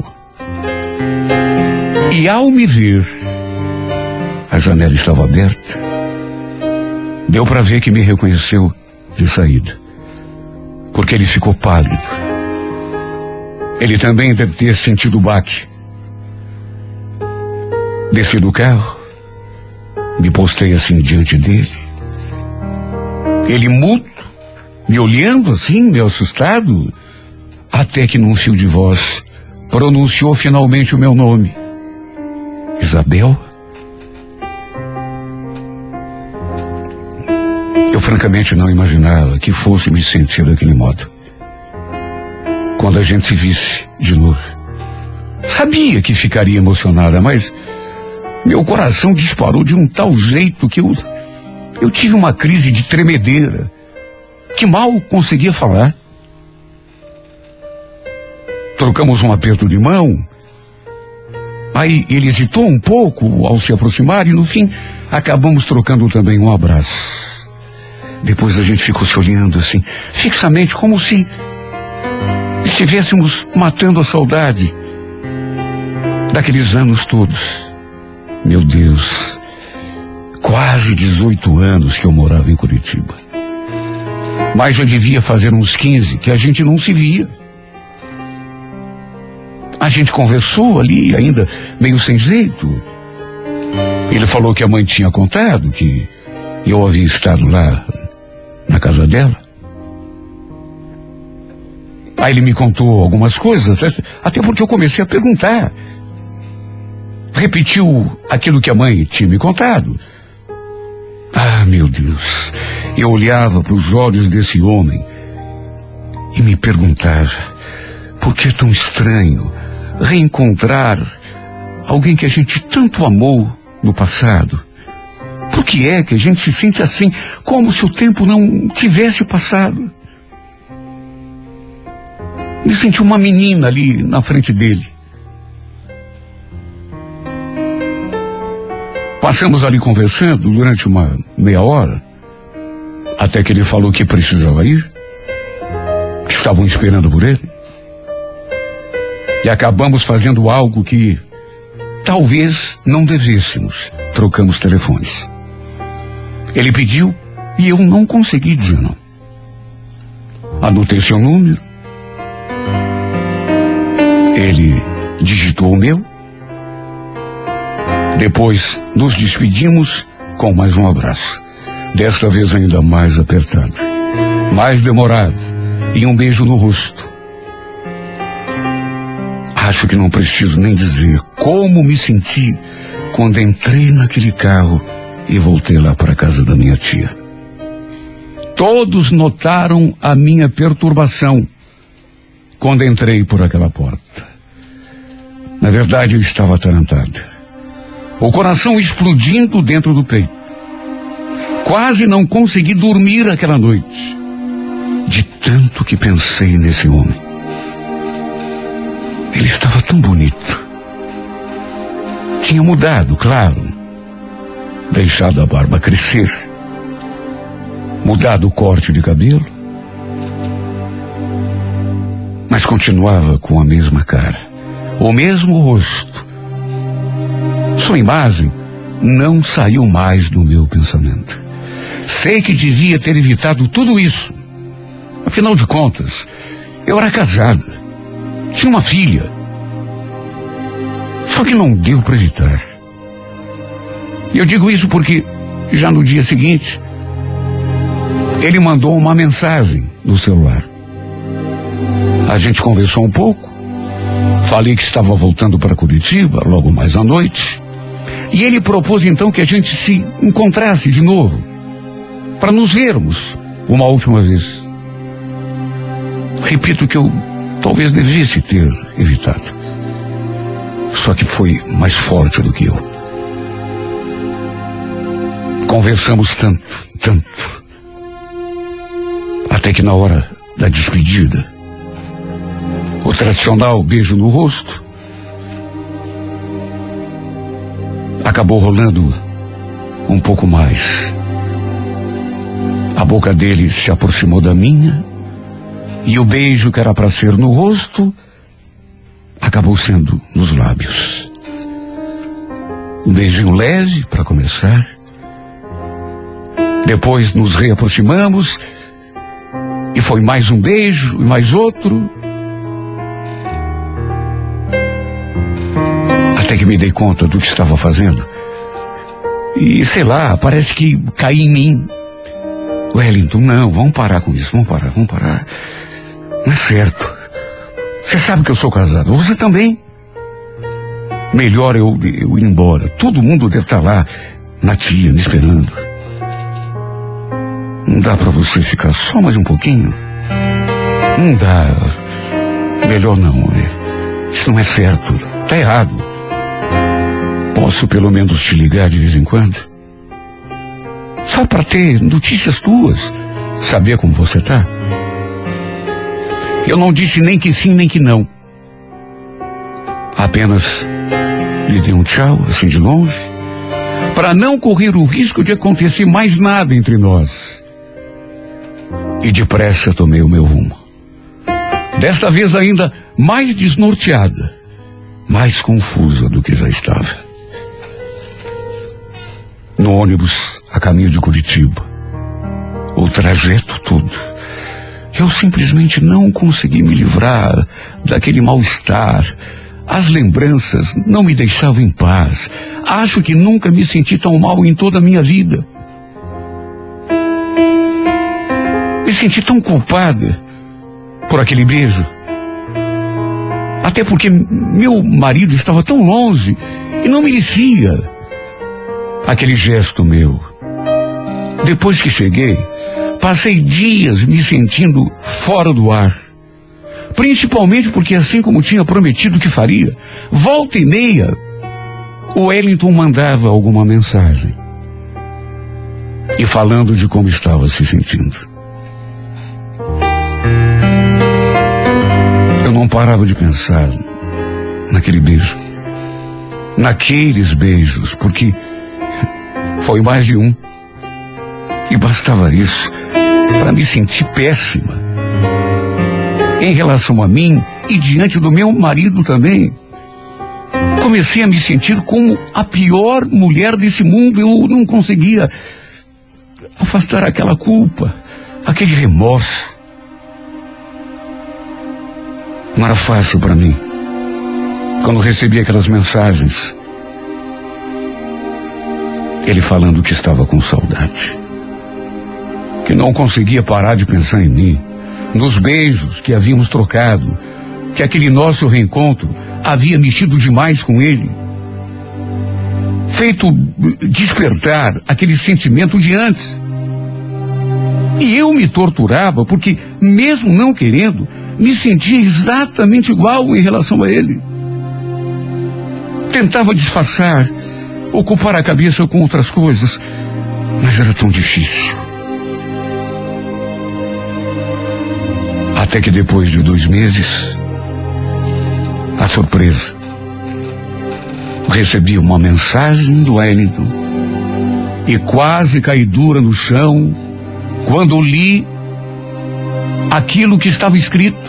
E ao me ver, a janela estava aberta. Deu para ver que me reconheceu de saída, porque ele ficou pálido. Ele também deve ter sentido o baque. Desci do carro, me postei assim diante dele. Ele mudo, me olhando assim, meio assustado, até que num fio de voz pronunciou finalmente o meu nome. Isabel? Eu francamente não imaginava que fosse me sentir daquele modo quando a gente se visse de novo. Sabia que ficaria emocionada, mas meu coração disparou de um tal jeito que eu tive uma crise de tremedeira que mal conseguia falar. Trocamos um aperto de mão. Aí ele hesitou um pouco ao se aproximar e no fim acabamos trocando também um abraço. Depois a gente ficou se olhando assim, fixamente, como se estivéssemos matando a saudade daqueles anos todos. Meu Deus, quase 18 anos que eu morava em Curitiba. Mas já devia fazer uns 15 que a gente não se via. A gente conversou ali, ainda meio sem jeito. Ele falou que a mãe tinha contado que eu havia estado lá na casa dela. Aí ele me contou algumas coisas, até porque eu comecei a perguntar. Repetiu aquilo que a mãe tinha me contado. Ah, meu Deus, eu olhava para os olhos desse homem e me perguntava, por que é tão estranho reencontrar alguém que a gente tanto amou no passado? Por que é que a gente se sente assim, como se o tempo não tivesse passado? Me senti uma menina ali na frente dele. Passamos ali conversando durante uma meia hora, até que ele falou que precisava ir, que estavam esperando por ele. E acabamos fazendo algo que talvez não devêssemos. Trocamos telefones. Ele pediu e eu não consegui dizer não. Anotei seu número. Ele digitou o meu. Depois nos despedimos com mais um abraço. Desta vez ainda mais apertado, mais demorado, e um beijo no rosto. Acho que não preciso nem dizer como me senti quando entrei naquele carro e voltei lá para a casa da minha tia. Todos notaram a minha perturbação quando entrei por aquela porta. Na verdade, eu estava atarantado, o coração explodindo dentro do peito. Quase não consegui dormir aquela noite, de tanto que pensei nesse homem. Ele estava tão bonito. Tinha mudado, claro. Deixado a barba crescer. Mudado o corte de cabelo. Mas continuava com a mesma cara. O mesmo rosto. Sua imagem não saiu mais do meu pensamento. Sei que devia ter evitado tudo isso. Afinal de contas, eu era casada. Tinha uma filha. Só que não deu para evitar. E eu digo isso porque, já no dia seguinte, ele mandou uma mensagem no celular. A gente conversou um pouco. Falei que estava voltando para Curitiba, logo mais à noite. E ele propôs então que a gente se encontrasse de novo, para nos vermos uma última vez. Repito que eu talvez devesse ter evitado. Só que foi mais forte do que eu. Conversamos tanto. Até que na hora da despedida, o tradicional beijo no rosto acabou rolando um pouco mais. A boca dele se aproximou da minha e o beijo que era para ser no rosto acabou sendo nos lábios. Um beijinho leve para começar. Depois nos reaproximamos e foi mais um beijo e mais outro. Até que me dei conta do que estava fazendo. E sei lá, parece que caí em mim. Wellington, não, vamos parar com isso, vamos parar. Não é certo. Você sabe que eu sou casado, você também. Melhor eu ir embora. Todo mundo deve estar lá, na tia, me esperando. Não dá pra você ficar só mais um pouquinho? Não dá. Melhor não, isso não é certo. Tá errado. Posso pelo menos te ligar de vez em quando? Só para ter notícias tuas. Saber como você tá. Eu não disse nem que sim, nem que não. Apenas lhe dei um tchau, assim de longe, para não correr o risco de acontecer mais nada entre nós. E depressa tomei o meu rumo. Desta vez ainda mais desnorteada, mais confusa do que já estava. No ônibus, a caminho de Curitiba, o trajeto todo, eu simplesmente não consegui me livrar daquele mal-estar. As lembranças não me deixavam em paz. Acho que nunca me senti tão mal em toda a minha vida. Me senti tão culpada por aquele beijo. Até porque meu marido estava tão longe e não merecia aquele gesto meu. Depois que cheguei, passei dias me sentindo fora do ar. Principalmente porque, assim como tinha prometido que faria, volta e meia, o Wellington mandava alguma mensagem. E falando de como estava se sentindo. Eu não parava de pensar naquele beijo. Naqueles beijos, porque foi mais de um. E bastava isso para me sentir péssima. Em relação a mim e diante do meu marido também. Comecei a me sentir como a pior mulher desse mundo. Eu não conseguia afastar aquela culpa, aquele remorso. Não era fácil para mim. Quando recebi aquelas mensagens, ele falando que estava com saudade. que não conseguia parar de pensar em mim, nos beijos que havíamos trocado, que aquele nosso reencontro havia mexido demais com ele, feito despertar aquele sentimento de antes. E eu me torturava porque, mesmo não querendo, me sentia exatamente igual em relação a ele. Tentava disfarçar, ocupar a cabeça com outras coisas, mas era tão difícil. Até que depois de 2 meses, a surpresa, recebi uma mensagem do Wellington e quase caí dura no chão quando li aquilo que estava escrito.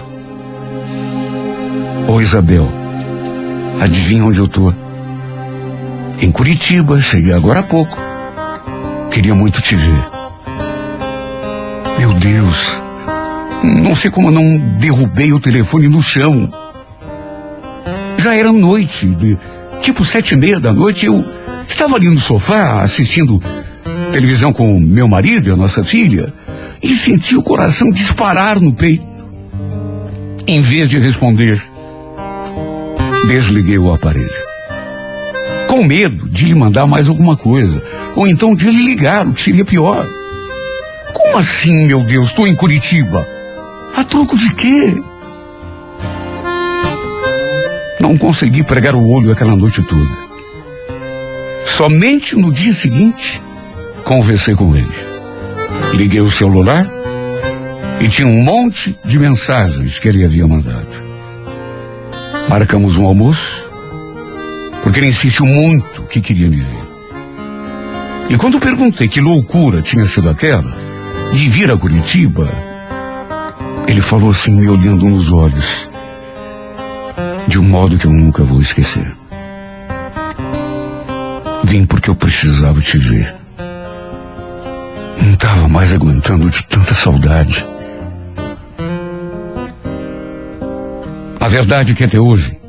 Ô Isabel, adivinha onde eu tô? Em Curitiba, cheguei agora há pouco. Queria muito te ver. Meu Deus, não sei como não derrubei o telefone no chão. Já era noite, tipo 7:30 da noite, eu estava ali no sofá assistindo televisão com meu marido e a nossa filha e senti o coração disparar no peito. Em vez de responder, desliguei o aparelho, com medo de lhe mandar mais alguma coisa, ou então de lhe ligar, o que seria pior. Como assim, meu Deus, estou em Curitiba? A troco de quê? Não consegui pregar o olho aquela noite toda. Somente no dia seguinte, conversei com ele. Liguei o celular e tinha um monte de mensagens que ele havia mandado. Marcamos um almoço, porque ele insistiu muito que queria me ver. E quando perguntei que loucura tinha sido aquela de vir a Curitiba, ele falou assim, me olhando nos olhos, de um modo que eu nunca vou esquecer. Vim porque eu precisava te ver. Não estava mais aguentando de tanta saudade. A verdade é que até hoje,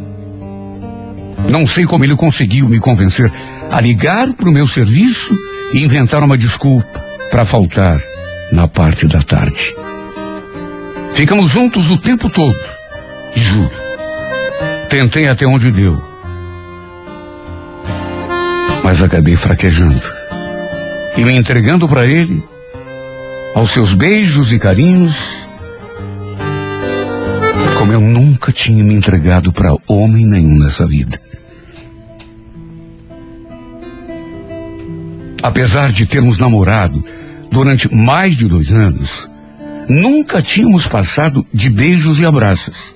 não sei como ele conseguiu me convencer a ligar para o meu serviço e inventar uma desculpa para faltar na parte da tarde. Ficamos juntos o tempo todo, juro. Tentei até onde deu, mas acabei fraquejando e me entregando para ele, aos seus beijos e carinhos, como eu nunca tinha me entregado para homem nenhum nessa vida. Apesar de termos namorado durante mais de 2 anos, nunca tínhamos passado de beijos e abraços.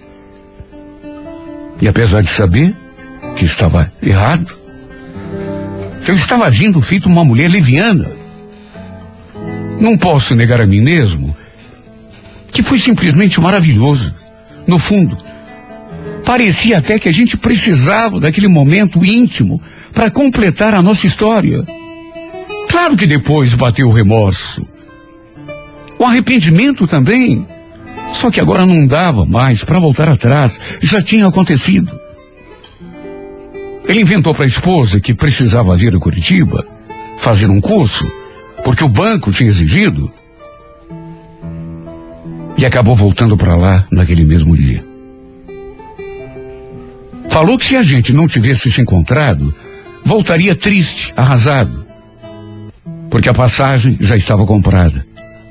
E apesar de saber que estava errado, que eu estava agindo feito uma mulher leviana, não posso negar a mim mesmo que foi simplesmente maravilhoso. No fundo, parecia até que a gente precisava daquele momento íntimo para completar a nossa história. Claro que depois bateu o remorso, o arrependimento também. Só que agora não dava mais para voltar atrás, já tinha acontecido. Ele inventou para a esposa que precisava vir a Curitiba fazer um curso, porque o banco tinha exigido, e acabou voltando para lá naquele mesmo dia. Falou que se a gente não tivesse se encontrado, voltaria triste, arrasado, porque a passagem já estava comprada.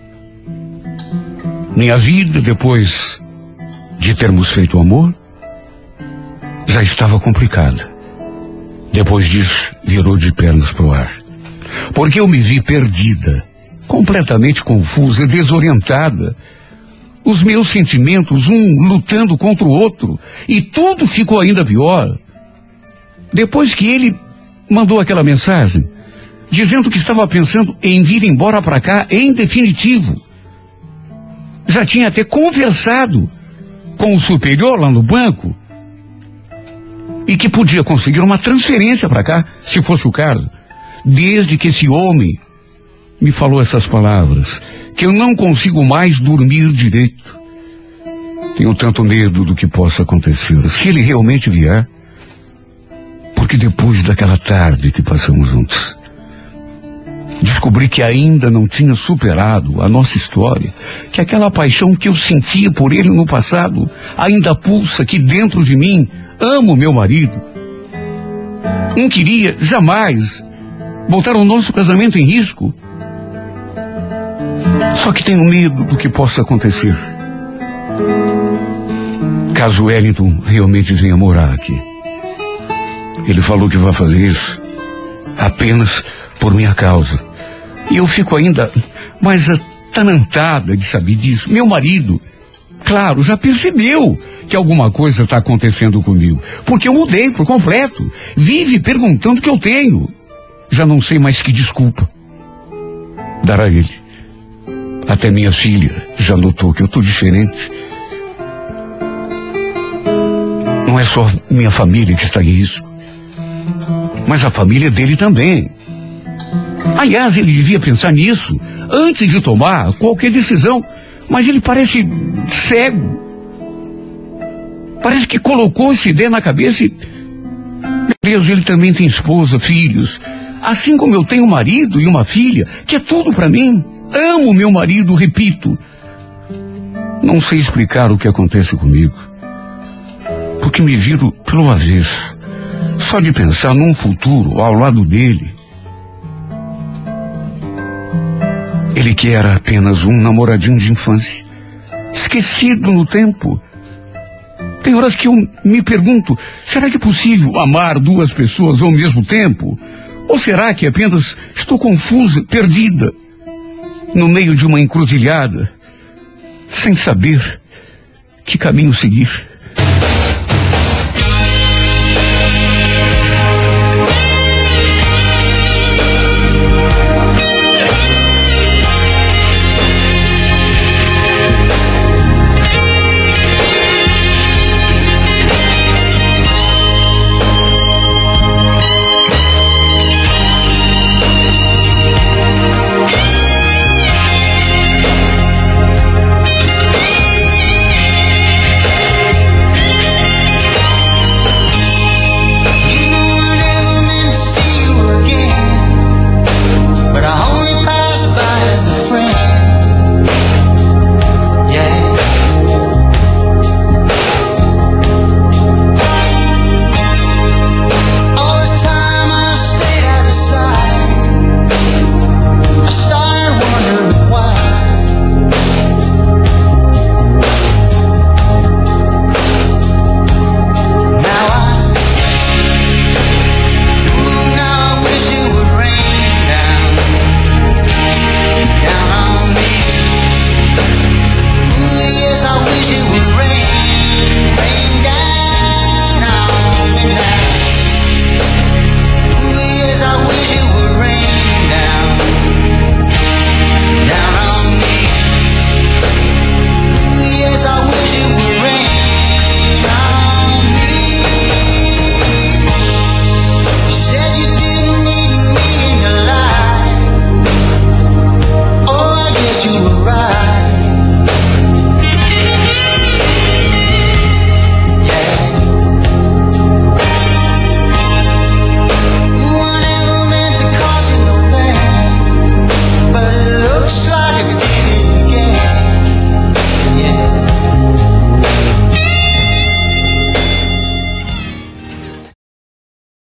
Minha vida, depois de termos feito amor, já estava complicada. Depois disso, virou de pernas pro ar. Porque eu me vi perdida, completamente confusa, desorientada. Os meus sentimentos, um lutando contra o outro, e tudo ficou ainda pior. Depois que ele mandou aquela mensagem, dizendo que estava pensando em vir embora para cá em definitivo. Já tinha até conversado com o superior lá no banco e que podia conseguir uma transferência para cá, se fosse o caso, desde que esse homem me falou essas palavras, que eu não consigo mais dormir direito. Tenho tanto medo do que possa acontecer, se ele realmente vier, porque depois daquela tarde que passamos juntos, Descobri que ainda não tinha superado a nossa história, que aquela paixão que eu sentia por ele no passado ainda pulsa aqui dentro de mim. Amo meu marido. Não queria jamais botar o nosso casamento em risco. Só que tenho medo do que possa acontecer caso Wellington realmente venha morar aqui. Ele falou que vai fazer isso apenas por minha causa. E eu fico ainda mais atarantada de saber disso. Meu marido, claro, já percebeu que alguma coisa está acontecendo comigo, porque eu mudei por completo. Vive perguntando o que eu tenho. Já não sei mais que desculpa dar a ele. Até minha filha já notou que eu estou diferente. Não é só minha família que está em risco, mas a família dele também. Aliás, ele devia pensar nisso antes de tomar qualquer decisão, mas ele parece cego. Parece que colocou essa ideia na cabeça e... Meu Deus, ele também tem esposa, filhos. Assim como eu tenho um marido e uma filha, que é tudo para mim. Amo meu marido, repito. Não sei explicar o que acontece comigo, porque me viro pelo avesso. Só de pensar num futuro ao lado dele. Ele que era apenas um namoradinho de infância, esquecido no tempo. Tem horas que eu me pergunto, será que é possível amar duas pessoas ao mesmo tempo? Ou será que apenas estou confusa, perdida, no meio de uma encruzilhada, sem saber que caminho seguir?